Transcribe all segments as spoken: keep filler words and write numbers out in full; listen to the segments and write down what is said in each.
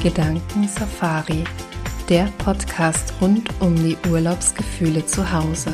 Gedankensafari, der Podcast rund um die Urlaubsgefühle zu Hause.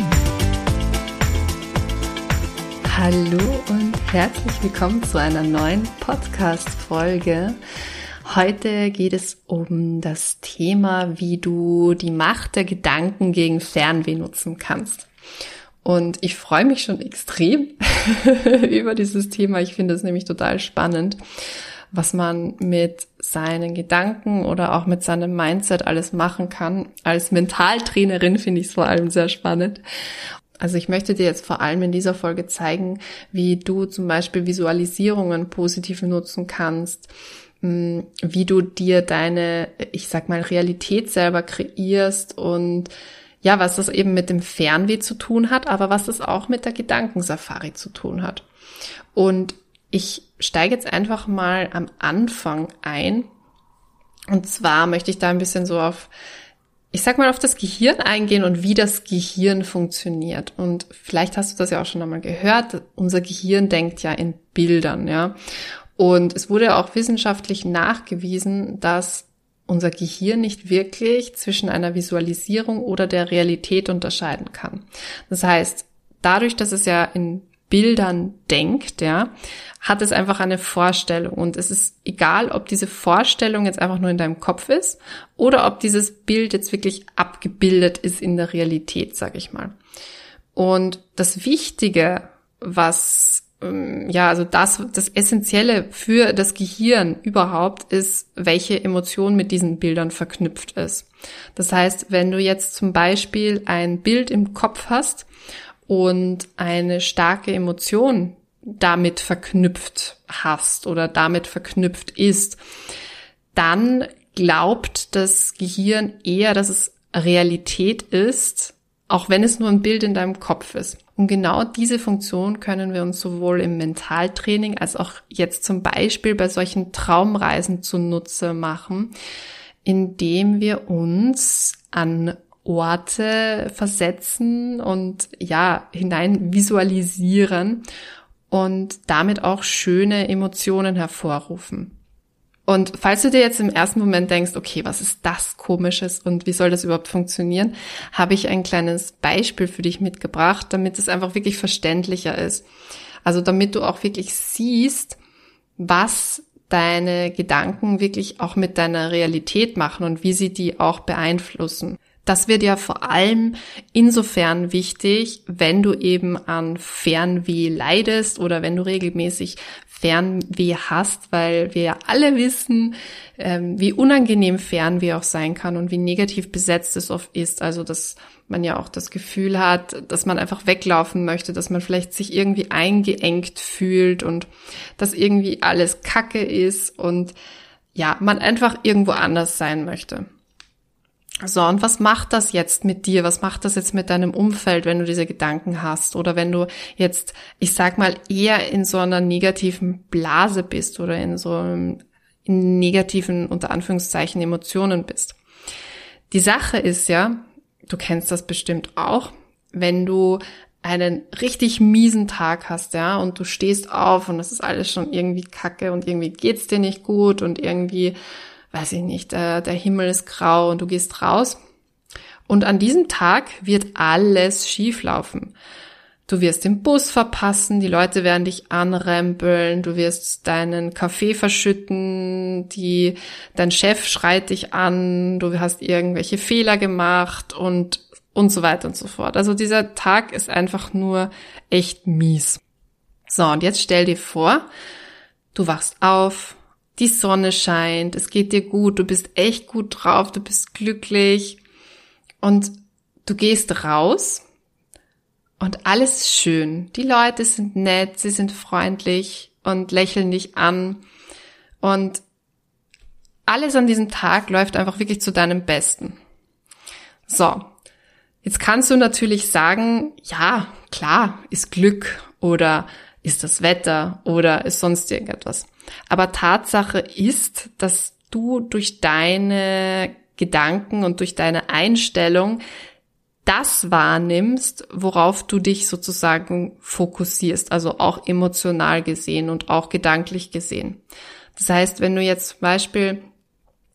Hallo und herzlich willkommen zu einer neuen Podcast-Folge. Heute geht es um das Thema, wie du die Macht der Gedanken gegen Fernweh nutzen kannst. Und ich freue mich schon extrem über dieses Thema. Ich finde es nämlich total spannend, was man mit seinen Gedanken oder auch mit seinem Mindset alles machen kann. Als Mentaltrainerin finde ich es vor allem sehr spannend. Also ich möchte dir jetzt vor allem in dieser Folge zeigen, wie du zum Beispiel Visualisierungen positiv nutzen kannst, wie du dir deine, ich sag mal, Realität selber kreierst und ja, was das eben mit dem Fernweh zu tun hat, aber was das auch mit der Gedankensafari zu tun hat. Und ich steige jetzt einfach mal am Anfang ein. Und zwar möchte ich da ein bisschen so auf, ich sag mal, auf das Gehirn eingehen und wie das Gehirn funktioniert. Und vielleicht hast du das ja auch schon einmal gehört. Unser Gehirn denkt ja in Bildern, ja. Und es wurde auch wissenschaftlich nachgewiesen, dass unser Gehirn nicht wirklich zwischen einer Visualisierung oder der Realität unterscheiden kann. Das heißt, dadurch, dass es ja in Bildern denkt, ja, hat es einfach eine Vorstellung. Und es ist egal, ob diese Vorstellung jetzt einfach nur in deinem Kopf ist oder ob dieses Bild jetzt wirklich abgebildet ist in der Realität, sag ich mal. Und das Wichtige, was ja, also das, das Essentielle für das Gehirn überhaupt ist, welche Emotion mit diesen Bildern verknüpft ist. Das heißt, wenn du jetzt zum Beispiel ein Bild im Kopf hast und eine starke Emotion damit verknüpft hast oder damit verknüpft ist, dann glaubt das Gehirn eher, dass es Realität ist, auch wenn es nur ein Bild in deinem Kopf ist. Und genau diese Funktion können wir uns sowohl im Mentaltraining als auch jetzt zum Beispiel bei solchen Traumreisen zunutze machen, indem wir uns an Orte versetzen und ja, hinein visualisieren und damit auch schöne Emotionen hervorrufen. Und falls du dir jetzt im ersten Moment denkst, okay, was ist das Komisches und wie soll das überhaupt funktionieren, habe ich ein kleines Beispiel für dich mitgebracht, damit es einfach wirklich verständlicher ist. Also damit du auch wirklich siehst, was deine Gedanken wirklich auch mit deiner Realität machen und wie sie die auch beeinflussen. Das wird ja vor allem insofern wichtig, wenn du eben an Fernweh leidest oder wenn du regelmäßig Fernweh hast, weil wir ja alle wissen, ähm, wie unangenehm Fernweh auch sein kann und wie negativ besetzt es oft ist. Also, dass man ja auch das Gefühl hat, dass man einfach weglaufen möchte, dass man vielleicht sich irgendwie eingeengt fühlt und dass irgendwie alles Kacke ist und ja, man einfach irgendwo anders sein möchte. So, und was macht das jetzt mit dir? Was macht das jetzt mit deinem Umfeld, wenn du diese Gedanken hast? Oder wenn du jetzt, ich sag mal, eher in so einer negativen Blase bist oder in so einem, in negativen, unter Anführungszeichen, Emotionen bist. Die Sache ist ja, du kennst das bestimmt auch, wenn du einen richtig miesen Tag hast, ja, und du stehst auf und das ist alles schon irgendwie kacke und irgendwie geht's dir nicht gut und irgendwie weiß ich nicht, der, der Himmel ist grau und du gehst raus. Und an diesem Tag wird alles schief laufen. Du wirst den Bus verpassen, die Leute werden dich anrempeln, du wirst deinen Kaffee verschütten, die, dein Chef schreit dich an, du hast irgendwelche Fehler gemacht und, und so weiter und so fort. Also dieser Tag ist einfach nur echt mies. So, und jetzt stell dir vor, du wachst auf, die Sonne scheint, es geht dir gut, du bist echt gut drauf, du bist glücklich und du gehst raus und alles ist schön. Die Leute sind nett, sie sind freundlich und lächeln dich an und alles an diesem Tag läuft einfach wirklich zu deinem Besten. So, jetzt kannst du natürlich sagen, ja, klar, ist Glück oder ist das Wetter oder ist sonst irgendetwas. Aber Tatsache ist, dass du durch deine Gedanken und durch deine Einstellung das wahrnimmst, worauf du dich sozusagen fokussierst, also auch emotional gesehen und auch gedanklich gesehen. Das heißt, wenn du jetzt zum Beispiel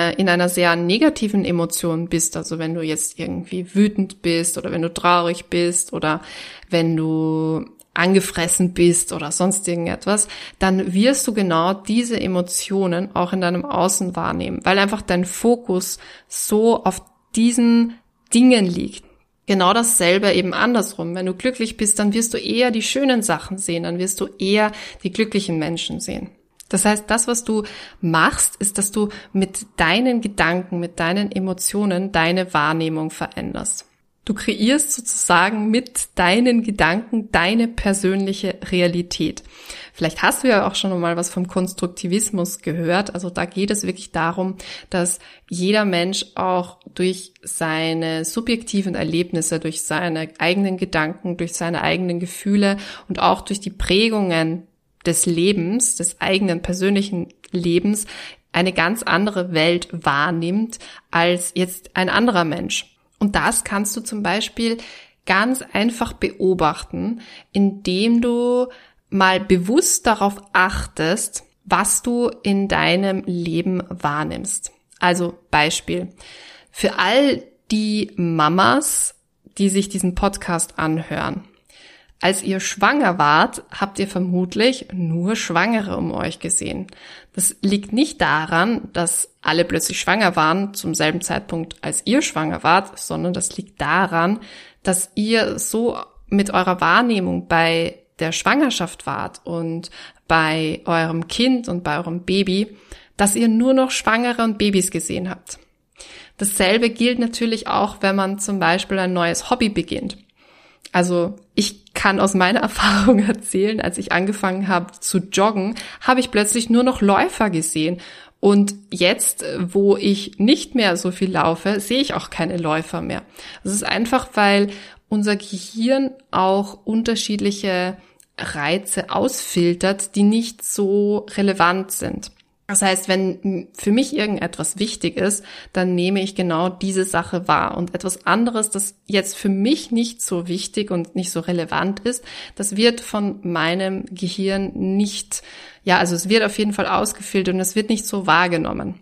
eine, in einer sehr negativen Emotion bist, also wenn du jetzt irgendwie wütend bist oder wenn du traurig bist oder wenn du angefressen bist oder sonst irgendetwas, dann wirst du genau diese Emotionen auch in deinem Außen wahrnehmen, weil einfach dein Fokus so auf diesen Dingen liegt. Genau dasselbe eben andersrum. Wenn du glücklich bist, dann wirst du eher die schönen Sachen sehen, dann wirst du eher die glücklichen Menschen sehen. Das heißt, das, was du machst, ist, dass du mit deinen Gedanken, mit deinen Emotionen deine Wahrnehmung veränderst. Du kreierst sozusagen mit deinen Gedanken deine persönliche Realität. Vielleicht hast du ja auch schon mal was vom Konstruktivismus gehört. Also da geht es wirklich darum, dass jeder Mensch auch durch seine subjektiven Erlebnisse, durch seine eigenen Gedanken, durch seine eigenen Gefühle und auch durch die Prägungen des Lebens, des eigenen persönlichen Lebens, eine ganz andere Welt wahrnimmt als jetzt ein anderer Mensch. Und das kannst du zum Beispiel ganz einfach beobachten, indem du mal bewusst darauf achtest, was du in deinem Leben wahrnimmst. Also Beispiel. Für all die Mamas, die sich diesen Podcast anhören. Als ihr schwanger wart, habt ihr vermutlich nur Schwangere um euch gesehen. Das liegt nicht daran, dass alle plötzlich schwanger waren zum selben Zeitpunkt, als ihr schwanger wart, sondern das liegt daran, dass ihr so mit eurer Wahrnehmung bei der Schwangerschaft wart und bei eurem Kind und bei eurem Baby, dass ihr nur noch Schwangere und Babys gesehen habt. Dasselbe gilt natürlich auch, wenn man zum Beispiel ein neues Hobby beginnt. Also ich kann aus meiner Erfahrung erzählen, als ich angefangen habe zu joggen, habe ich plötzlich nur noch Läufer gesehen. Und jetzt, wo ich nicht mehr so viel laufe, sehe ich auch keine Läufer mehr. Das ist einfach, weil unser Gehirn auch unterschiedliche Reize ausfiltert, die nicht so relevant sind. Das heißt, wenn für mich irgendetwas wichtig ist, dann nehme ich genau diese Sache wahr. Und etwas anderes, das jetzt für mich nicht so wichtig und nicht so relevant ist, das wird von meinem Gehirn nicht, ja, also es wird auf jeden Fall ausgefiltert und es wird nicht so wahrgenommen.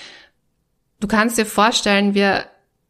Du kannst dir vorstellen, wir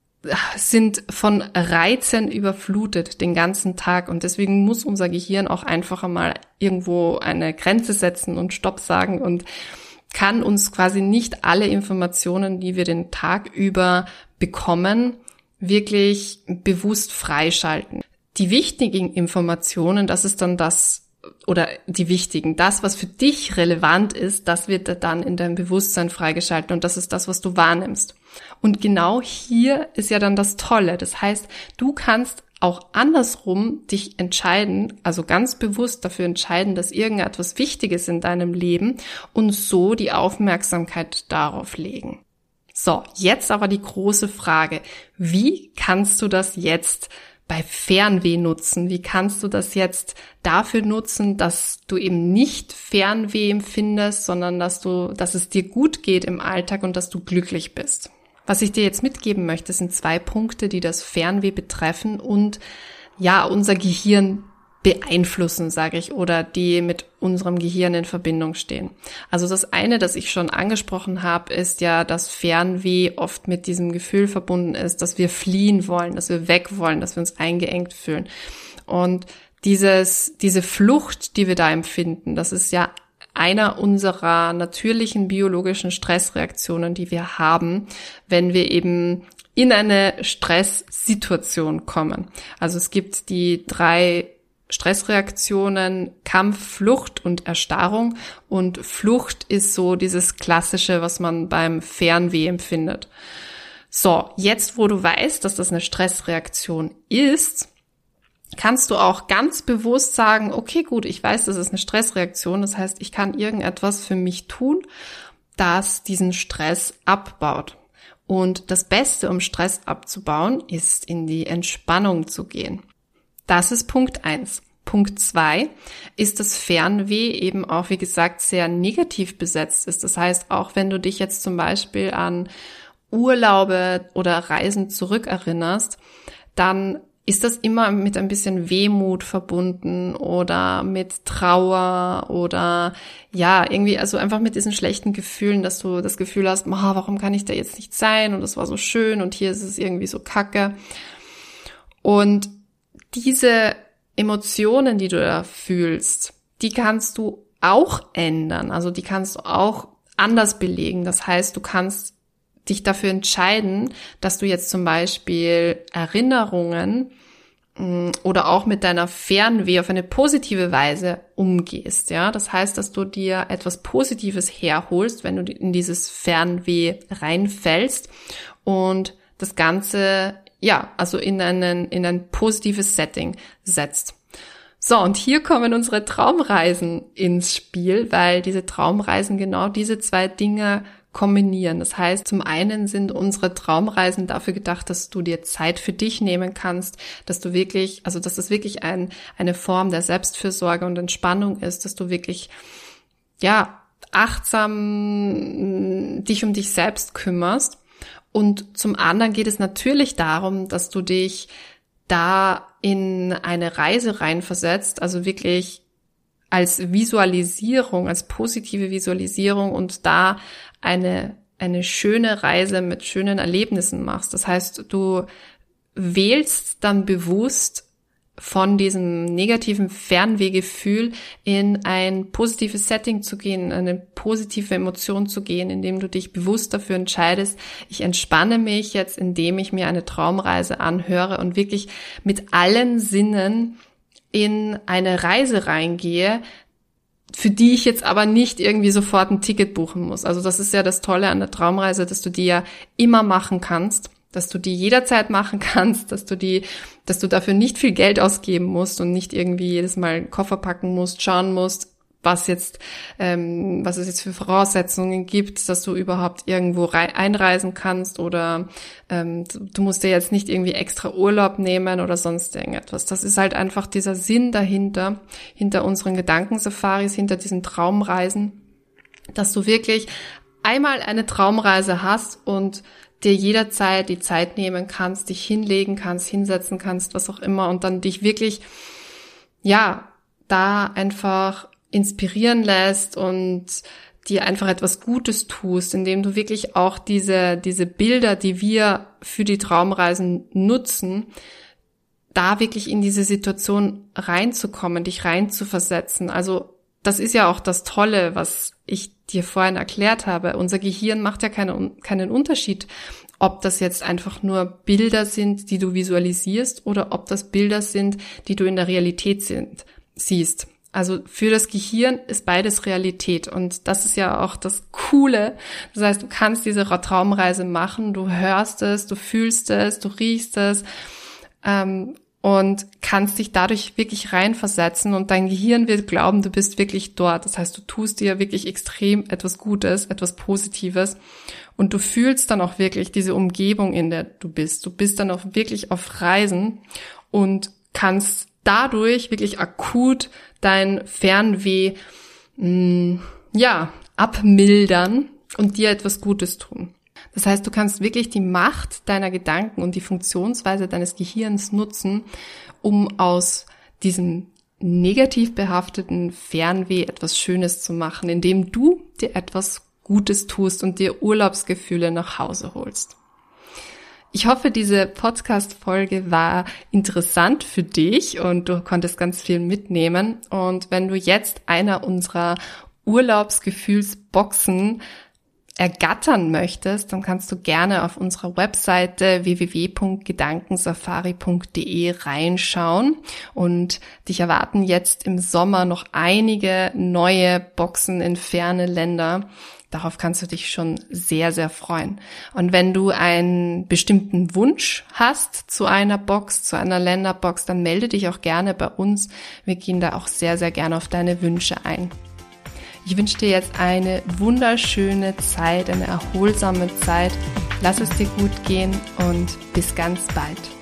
sind von Reizen überflutet den ganzen Tag und deswegen muss unser Gehirn auch einfach einmal irgendwo eine Grenze setzen und Stopp sagen und kann uns quasi nicht alle Informationen, die wir den Tag über bekommen, wirklich bewusst freischalten. Die wichtigen Informationen, das ist dann das, oder die wichtigen, das, was für dich relevant ist, das wird dann in deinem Bewusstsein freigeschalten und das ist das, was du wahrnimmst. Und genau hier ist ja dann das Tolle. Das heißt, du kannst auch andersrum dich entscheiden, also ganz bewusst dafür entscheiden, dass irgendetwas Wichtiges in deinem Leben und so die Aufmerksamkeit darauf legen. So, jetzt aber die große Frage, wie kannst du das jetzt bei Fernweh nutzen? Wie kannst du das jetzt dafür nutzen, dass du eben nicht Fernweh empfindest, sondern dass du, dass es dir gut geht im Alltag und dass du glücklich bist? Was ich dir jetzt mitgeben möchte, sind zwei Punkte, die das Fernweh betreffen und ja, unser Gehirn beeinflussen, sage ich, oder die mit unserem Gehirn in Verbindung stehen. Also das eine, das ich schon angesprochen habe, ist ja, dass Fernweh oft mit diesem Gefühl verbunden ist, dass wir fliehen wollen, dass wir weg wollen, dass wir uns eingeengt fühlen. Und dieses, diese Flucht, die wir da empfinden, das ist ja einer unserer natürlichen biologischen Stressreaktionen, die wir haben, wenn wir eben in eine Stresssituation kommen. Also es gibt die drei Stressreaktionen: Kampf, Flucht und Erstarrung. Und Flucht ist so dieses Klassische, was man beim Fernweh empfindet. So, jetzt wo du weißt, dass das eine Stressreaktion ist, kannst du auch ganz bewusst sagen, okay, gut, ich weiß, das ist eine Stressreaktion. Das heißt, ich kann irgendetwas für mich tun, das diesen Stress abbaut. Und das Beste, um Stress abzubauen, ist, in die Entspannung zu gehen. Das ist Punkt eins. Punkt zwei ist, dass Fernweh eben auch, wie gesagt, sehr negativ besetzt ist. Das heißt, auch wenn du dich jetzt zum Beispiel an Urlaube oder Reisen zurückerinnerst, dann ist das immer mit ein bisschen Wehmut verbunden oder mit Trauer oder ja, irgendwie, also einfach mit diesen schlechten Gefühlen, dass du das Gefühl hast, oh, warum kann ich da jetzt nicht sein und das war so schön und hier ist es irgendwie so kacke. Und diese Emotionen, die du da fühlst, die kannst du auch ändern, also die kannst du auch anders belegen. Das heißt, du kannst dich dafür entscheiden, dass du jetzt zum Beispiel Erinnerungen mh, oder auch mit deiner Fernweh auf eine positive Weise umgehst. Ja, das heißt, dass du dir etwas Positives herholst, wenn du in dieses Fernweh reinfällst und das Ganze, ja, also in einen in ein positives Setting setzt. So, und hier kommen unsere Traumreisen ins Spiel, weil diese Traumreisen genau diese zwei Dinge kombinieren. Das heißt, zum einen sind unsere Traumreisen dafür gedacht, dass du dir Zeit für dich nehmen kannst, dass du wirklich, also dass das wirklich ein, eine Form der Selbstfürsorge und Entspannung ist, dass du wirklich, ja, achtsam dich um dich selbst kümmerst. Und zum anderen geht es natürlich darum, dass du dich da in eine Reise reinversetzt, also wirklich als Visualisierung, als positive Visualisierung und da eine, eine schöne Reise mit schönen Erlebnissen machst. Das heißt, du wählst dann bewusst von diesem negativen Fernwehgefühl in ein positives Setting zu gehen, eine positive Emotion zu gehen, indem du dich bewusst dafür entscheidest, ich entspanne mich jetzt, indem ich mir eine Traumreise anhöre und wirklich mit allen Sinnen in eine Reise reingehe, für die ich jetzt aber nicht irgendwie sofort ein Ticket buchen muss. Also das ist ja das Tolle an der Traumreise, dass du die ja immer machen kannst, dass du die jederzeit machen kannst, dass du die, dass du dafür nicht viel Geld ausgeben musst und nicht irgendwie jedes Mal einen Koffer packen musst, schauen musst, was jetzt, ähm, was es jetzt für Voraussetzungen gibt, dass du überhaupt irgendwo rei- einreisen kannst oder ähm, du musst dir jetzt nicht irgendwie extra Urlaub nehmen oder sonst irgendetwas. Das ist halt einfach dieser Sinn dahinter, hinter unseren Gedankensafaris, hinter diesen Traumreisen, dass du wirklich einmal eine Traumreise hast und dir jederzeit die Zeit nehmen kannst, dich hinlegen kannst, hinsetzen kannst, was auch immer und dann dich wirklich, ja, da einfach inspirieren lässt und dir einfach etwas Gutes tust, indem du wirklich auch diese diese Bilder, die wir für die Traumreisen nutzen, da wirklich in diese Situation reinzukommen, dich reinzuversetzen. Also das ist ja auch das Tolle, was ich dir vorhin erklärt habe. Unser Gehirn macht ja keine, keinen Unterschied, ob das jetzt einfach nur Bilder sind, die du visualisierst oder ob das Bilder sind, die du in der Realität sind, siehst. Also für das Gehirn ist beides Realität und das ist ja auch das Coole. Das heißt, du kannst diese Traumreise machen, du hörst es, du fühlst es, du riechst es ähm, und kannst dich dadurch wirklich reinversetzen und dein Gehirn wird glauben, du bist wirklich dort. Das heißt, du tust dir wirklich extrem etwas Gutes, etwas Positives und du fühlst dann auch wirklich diese Umgebung, in der du bist. Du bist dann auch wirklich auf Reisen und kannst dadurch wirklich akut dein Fernweh mh, ja abmildern und dir etwas Gutes tun. Das heißt, du kannst wirklich die Macht deiner Gedanken und die Funktionsweise deines Gehirns nutzen, um aus diesem negativ behafteten Fernweh etwas Schönes zu machen, indem du dir etwas Gutes tust und dir Urlaubsgefühle nach Hause holst. Ich hoffe, diese Podcast-Folge war interessant für dich und du konntest ganz viel mitnehmen. Und wenn du jetzt einer unserer Urlaubsgefühlsboxen ergattern möchtest, dann kannst du gerne auf unserer Webseite w w w punkt gedankensafari punkt d e reinschauen und dich erwarten jetzt im Sommer noch einige neue Boxen in ferne Länder. Darauf kannst du dich schon sehr, sehr freuen. Und wenn du einen bestimmten Wunsch hast zu einer Box, zu einer Länderbox, dann melde dich auch gerne bei uns. Wir gehen da auch sehr, sehr gerne auf deine Wünsche ein. Ich wünsche dir jetzt eine wunderschöne Zeit, eine erholsame Zeit. Lass es dir gut gehen und bis ganz bald.